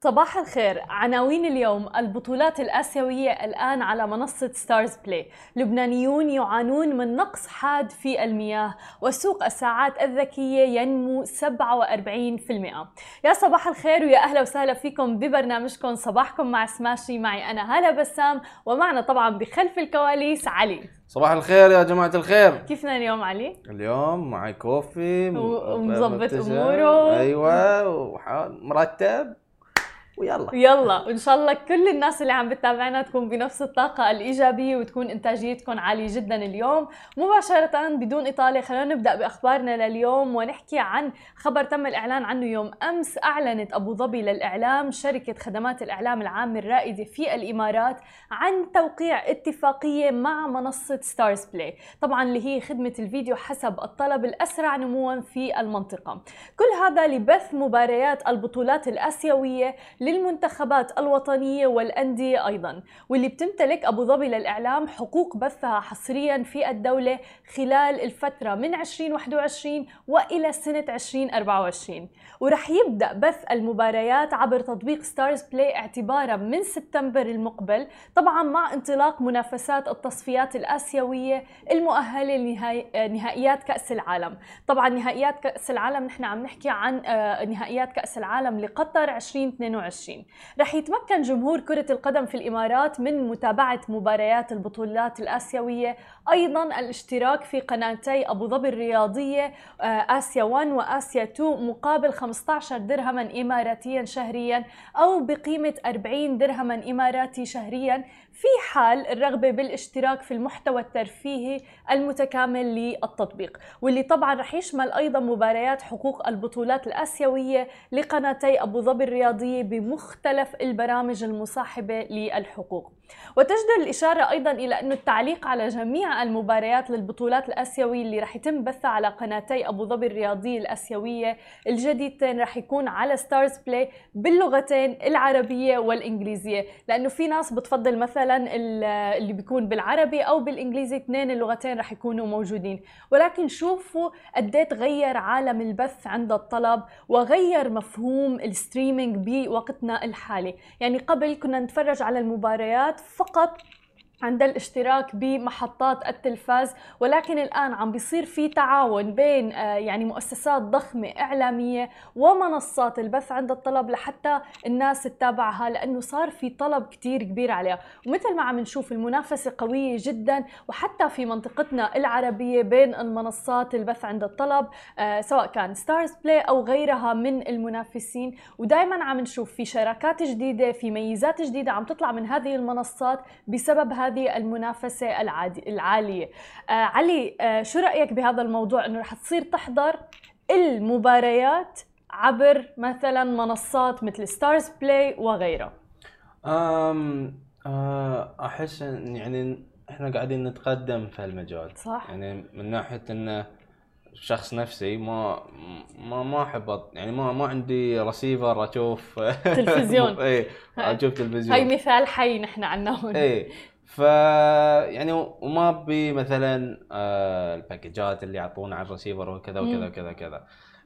صباح الخير. عناوين اليوم: البطولات الآسيوية الآن على منصة ستارز بلاي، لبنانيون يعانون من نقص حاد في المياه، وسوق الساعات الذكية ينمو 47%. يا صباح الخير ويا أهلا وسهلا فيكم ببرنامجكم صباحكم مع سماشي. معي أنا هالة بسام، ومعنا طبعا بخلف الكواليس علي. صباح الخير يا جماعة الخير. كيفنا اليوم علي؟ اليوم معي كوفي ومظبط أموره. أيوة مرتب يلا وإن شاء الله كل الناس اللي عم بتتابعنا تكون بنفس الطاقة الإيجابية وتكون إنتاجيتكم عالية جدا اليوم. مباشرة بدون إطالة خلينا نبدأ بأخبارنا لليوم، ونحكي عن خبر تم الإعلان عنه يوم أمس. أعلنت أبو ظبي للإعلام شركة خدمات الإعلام العام الرائدة في الإمارات عن توقيع اتفاقية مع منصة ستارز بلاي، طبعا اللي هي خدمة الفيديو حسب الطلب الأسرع نموا في المنطقة. كل هذا لبث مباريات البطولات الآسيوية للمنتخبات الوطنية والأندية أيضا، واللي بتمتلك أبو ظبي للإعلام حقوق بثها حصريا في الدولة خلال الفترة من 2021 وإلى سنة 2024. ورح يبدأ بث المباريات عبر تطبيق ستارز بلاي اعتبارا من سبتمبر المقبل، طبعا مع انطلاق منافسات التصفيات الآسيوية المؤهلة لنهائيات كأس العالم. طبعا نهائيات كأس العالم نحن عم نحكي عن نهائيات كأس العالم لقطر 2022. رح يتمكن جمهور كرة القدم في الإمارات من متابعة مباريات البطولات الآسيوية، أيضا الاشتراك في قناتي أبو ظبي الرياضية آسيا 1 وآسيا 2 مقابل 15 درهما إماراتيا شهريا أو بقيمة 40 درهما إماراتي شهريا في حال الرغبة بالاشتراك في المحتوى الترفيهي المتكامل للتطبيق، واللي طبعا رح يشمل أيضا مباريات حقوق البطولات الآسيوية لقناتي أبو ظبي الرياضية بمختلف البرامج المصاحبة للحقوق. وتجدر الإشارة أيضا إلى أن التعليق على جميع المباريات للبطولات الآسيوية اللي رح يتم بثها على قناتي أبو ظبي الرياضية الآسيوية الجديدتين رح يكون على ستارز بلاي باللغتين العربية والإنجليزية، لأنه في ناس بتفضل مثلا اللي بيكون بالعربي أو بالإنجليزي، اثنين اللغتين رح يكونوا موجودين. ولكن شوفوا قديه تغير عالم البث عند الطلب وغير مفهوم الستريمينج بوقتنا الحالي. يعني قبل كنا نتفرج على المباريات فقط عند الاشتراك بمحطات التلفاز، ولكن الآن عم بيصير في تعاون بين يعني مؤسسات ضخمة إعلامية ومنصات البث عند الطلب لحتى الناس تتابعها، لأنه صار في طلب كتير كبير عليها. ومثل ما عم نشوف المنافسة قوية جدا، وحتى في منطقتنا العربية بين المنصات البث عند الطلب سواء كان ستارز بلاي أو غيرها من المنافسين. ودائما عم نشوف في شراكات جديدة، في ميزات جديدة عم تطلع من هذه المنصات بسبب هذه المنافسة العالية. علي، شو رأيك بهذا الموضوع انه رح تصير تحضر المباريات عبر مثلا منصات مثل ستارز بلاي وغيرها؟ احس ان يعني احنا قاعدين نتقدم في المجال، صح. يعني من ناحية انه شخص نفسي ما احب يعني ما عندي رسيفر اشوف تلفزيون. اي اشوف تلفزيون. هاي مثال حي نحن عنا هون. اي يعني وما بي مثلا الباكجات اللي يعطونا على الرسيفر وكذا وكذا وكذا كذا.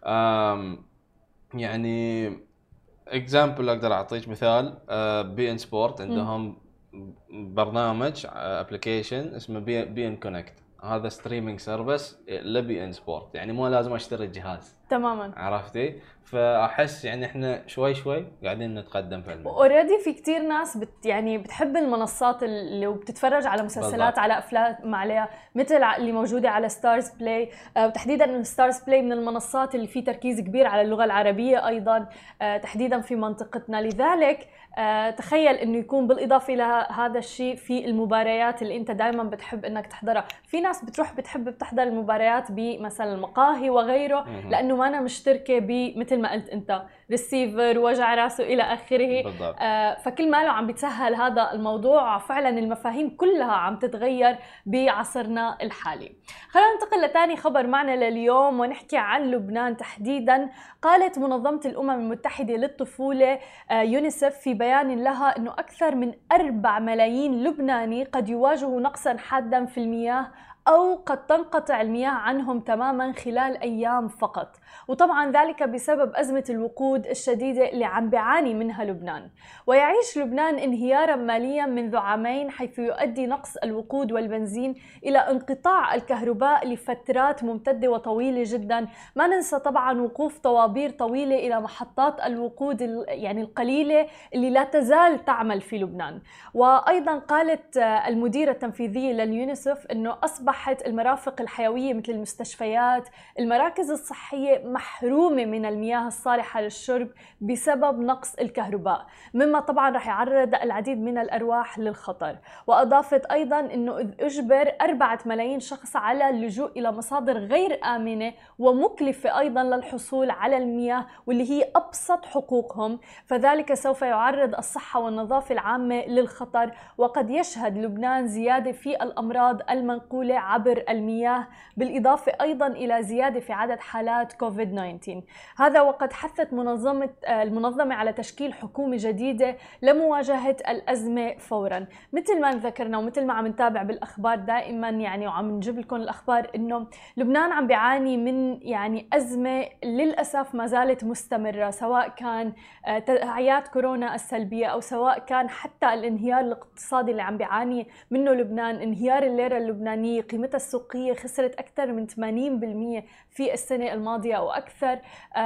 يعني اكزامبل اقدر اعطيك مثال، بي ان سبورت عندهم برنامج ابلكيشن اسمه بي ان كونكت، هذا ستريمينج سيرفيس لبي ان سبورت، يعني مو لازم اشتري الجهاز تماما. عرفتي؟ فاحس يعني احنا شوي قاعدين نتقدم في المجال. اوريدي في كتير ناس يعني بتحب المنصات اللي وبتتفرج على مسلسلات بالضبط. على افلام عليها مثل اللي موجوده على ستارز بلاي، وتحديدا انه ستارز بلاي من المنصات اللي في تركيز كبير على اللغه العربيه ايضا، تحديدا في منطقتنا. لذلك تخيل انه يكون بالاضافه الى هذا الشيء في المباريات اللي انت دائما بتحب انك تحضرها. في ناس بتحب تحضر المباريات بمثلا المقاهي وغيره، لانه ما أنا مشتركه بمثل ما قلت انت ريسيفر وجع راسه الى اخره. فكل ما له عم بتسهل هذا الموضوع، فعلا المفاهيم كلها عم تتغير بعصرنا الحالي. خلينا ننتقل لثاني خبر معنا لليوم ونحكي عن لبنان تحديدا. قالت منظمة الأمم المتحدة للطفولة يونيسف في بيان لها أنه أكثر من 4 ملايين لبناني قد يواجهوا نقصا حادا في المياه أو قد تنقطع المياه عنهم تماما خلال أيام فقط، وطبعا ذلك بسبب أزمة الوقود الشديدة اللي عم بيعاني منها لبنان. ويعيش لبنان انهيارا ماليا منذ عامين، حيث يؤدي نقص الوقود والبنزين إلى انقطاع الكهرباء لفترات ممتدة وطويلة جدا. ما ننسى طبعا وقوف طوابير طويلة إلى محطات الوقود يعني القليلة اللي لا تزال تعمل في لبنان. وأيضا قالت المديرة التنفيذية لليونيسف أنه أصبحت المرافق الحيوية مثل المستشفيات، المراكز الصحية محرومة من المياه الصالحة للشرب بسبب نقص الكهرباء، مما طبعا رح يعرض العديد من الأرواح للخطر. وأضافت أيضا أنه إذ أجبر 4 ملايين شخص على اللجوء إلى مصادر غير آمنة ومكلفة أيضا للحصول على المياه، واللي هي أبسط حقوقهم، فذلك سوف يعرض الصحة والنظافة العامة للخطر. وقد يشهد لبنان زيادة في الأمراض المنقولة عبر المياه، بالإضافة أيضا إلى زيادة في عدد حالات كوفيد-19. هذا وقد حثت المنظمة على تشكيل حكومة جديدة لمواجهة الأزمة فورا. مثل ما ذكرنا ومثل ما عم نتابع بالأخبار دائما يعني، وعم نجيب لكم الأخبار إنه لبنان عم بيعاني من يعني أزمة للأسف ما زالت مستمرة، سواء كان تداعيات كورونا السلبية أو سواء كان حتى الانهيار الاقتصادي اللي عم بيعاني منه لبنان. انهيار الليرة اللبنانية، قيمتها السوقية خسرت أكثر من 80% في السنة الماضية أو أكثر.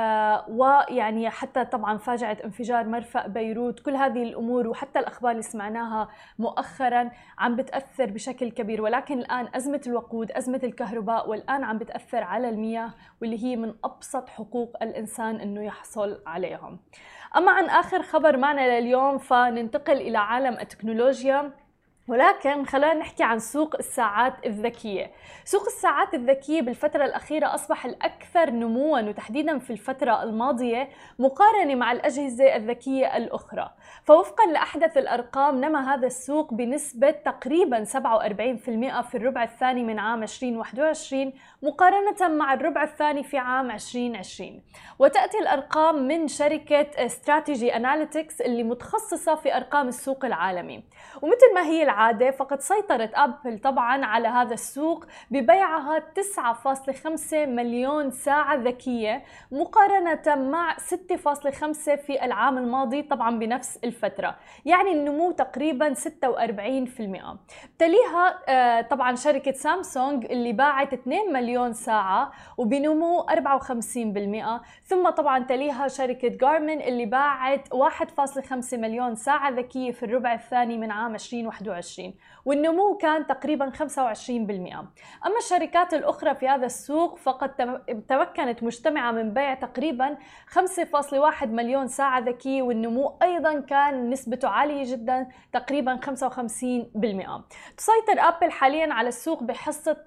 ويعني حتى طبعا فاجعة انفجار مرفأ بيروت، كل هذه الأمور وحتى الأخبار اللي سمعناها مؤخرا عم بتأثر بشكل كبير. ولكن الآن أزمة الوقود، أزمة الكهرباء، والآن عم بتأثر على المياه، واللي هي من أبسط حقوق الإنسان إنه يحصل عليهم. أما عن آخر خبر معنا لليوم، فننتقل إلى عالم التكنولوجيا، ولكن خلينا نحكي عن سوق الساعات الذكية. سوق الساعات الذكية بالفترة الأخيرة أصبح الأكثر نمواً، وتحديداً في الفترة الماضية مقارنة مع الأجهزة الذكية الأخرى. فوفقاً لأحدث الأرقام، نما هذا السوق بنسبة تقريباً 47% في الربع الثاني من عام 2021 مقارنة مع الربع الثاني في عام 2020. وتأتي الأرقام من شركة استراتيجي أناليتكس اللي متخصصة في أرقام السوق العالمي. ومثل ما هي العادة، فقد سيطرت أبل طبعا على هذا السوق ببيعها 9.5 مليون ساعة ذكية مقارنة مع 6.5 في العام الماضي طبعا بنفس الفترة، يعني النمو تقريبا 46%. تليها طبعا شركة سامسونج اللي باعت 2 مليون ساعة وبنمو 54%. ثم طبعا تليها شركة جارمن اللي باعت 1.5 مليون ساعة ذكية في الربع الثاني من عام 2021 والنمو كان تقريبا 25%. أما الشركات الأخرى في هذا السوق فقد تمكنت مجتمعة من بيع تقريبا 5.1 مليون ساعة ذكية، والنمو أيضا كان نسبته عالية جدا تقريبا 55%. تسيطر أبل حاليا على السوق بحصة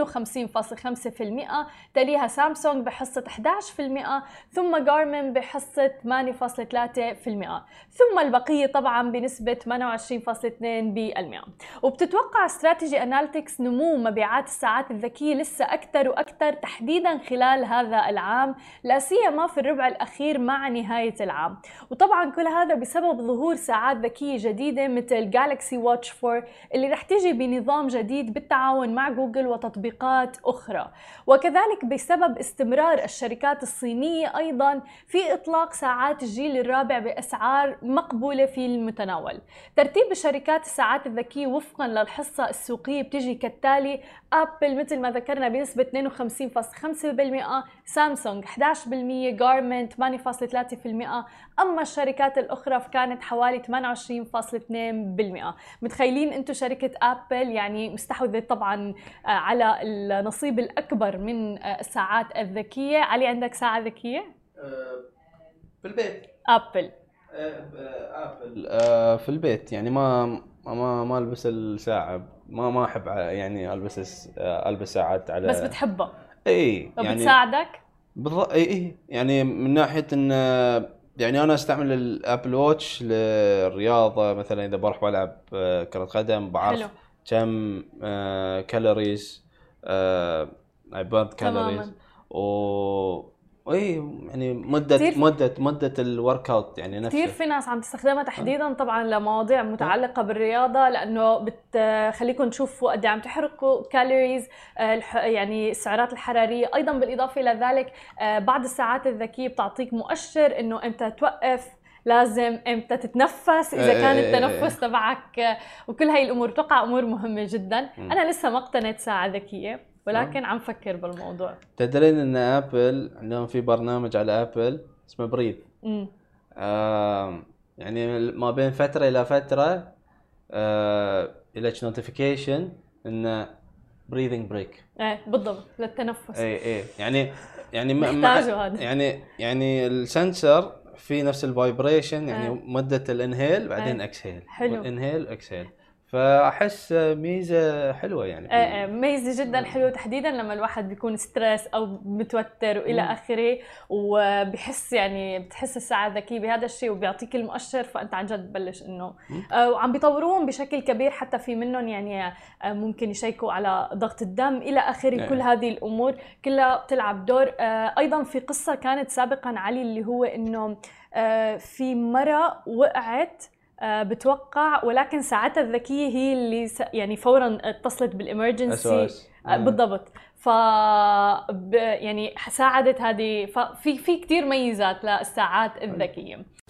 52.5%، تليها سامسونج بحصة 11%، ثم جارمن بحصة 8.3%، ثم البقية طبعا بنسبة 28.2%. وبتتوقع استراتيجي أناليتكس نمو مبيعات الساعات الذكية لسه أكثر وأكثر تحديدا خلال هذا العام، لا سيما في الربع الأخير مع نهاية العام. وطبعا كل هذا بسبب ظهور ساعات ذكية جديدة مثل جالكسي واتش 4 اللي رح تيجي بنظام جديد بالتعاون مع جوجل وتطبيقات أخرى، وكذلك بسبب استمرار الشركات الصينية أيضا في إطلاق ساعات الجيل الرابع بأسعار مقبولة في المتناول. ترتيب شركات الساعات الذكية وفقا للحصة السوقية بتجي كالتالي: أبل مثل ما ذكرنا بنسبة 52.5%، سامسونج 11%، جارمن 8.3%، أما الشركات الأخرى فكانت حوالي 28.2%. متخيلين أنتم شركة أبل يعني مستحوذة طبعا على النصيب الأكبر من الساعات الذكية. علي عندك ساعة ذكية؟ في البيت. أبل في البيت يعني ما البس الساعة، ما احب يعني البس ساعات على، بس بتحبها. اي يعني بتساعدك بالضبط. اي يعني من ناحية ان يعني انا استعمل الابل واتش للرياضة، مثلا اذا بروح بلعب كرة قدم بعرف كم كالوريز، بيرن كالوريز، اي يعني مده الورك اوت يعني نفسه. كثير في ناس عم تستخدمها تحديدا طبعا لمواضيع متعلقه بالرياضه، لانه بتخليكم تشوفوا قد عم تحرقوا كالوريز، يعني السعرات الحراريه. ايضا بالاضافه الى ذلك بعض الساعات الذكيه بتعطيك مؤشر انه امتى توقف، لازم امتى تتنفس اذا كان التنفس تبعك، وكل هاي الامور بتوقع امور مهمه جدا. انا لسه ما اقتنيت ساعه ذكيه، ولكن عم فكر بالموضوع. تدرين ان ابل عندهم في برنامج على ابل اسمه بريث. يعني ما بين فتره الى فتره لك نوتيفيكيشن ان بريذنج بريك. بالضبط، للتنفس. اي يعني محتاجه هذا. يعني السنسر في نفس الفايبريشن، يعني مده الانهيل بعدين اكسهيل، انهيل اكسهيل. فاحس ميزه حلوه يعني. ميزه جدا حلوه، تحديدا لما الواحد بيكون ستريس او متوتر والى اخره، وبحس يعني بتحس الساعه الذكيه بهذا الشيء وبيعطيك المؤشر، فانت عن جد تبلش انه وعم بيطوروهم بشكل كبير. حتى في منهم يعني ممكن يشيكوا على ضغط الدم الى اخره. كل هذه الامور كلها بتلعب دور. ايضا في قصه كانت سابقا علي، اللي هو انه في مرة وقعت بتوقع، ولكن ساعتها الذكية هي اللي يعني فورا اتصلت بالإمرجنسي. بالضبط. يعني ساعدت هذه. في كتير ميزات للساعات الذكية.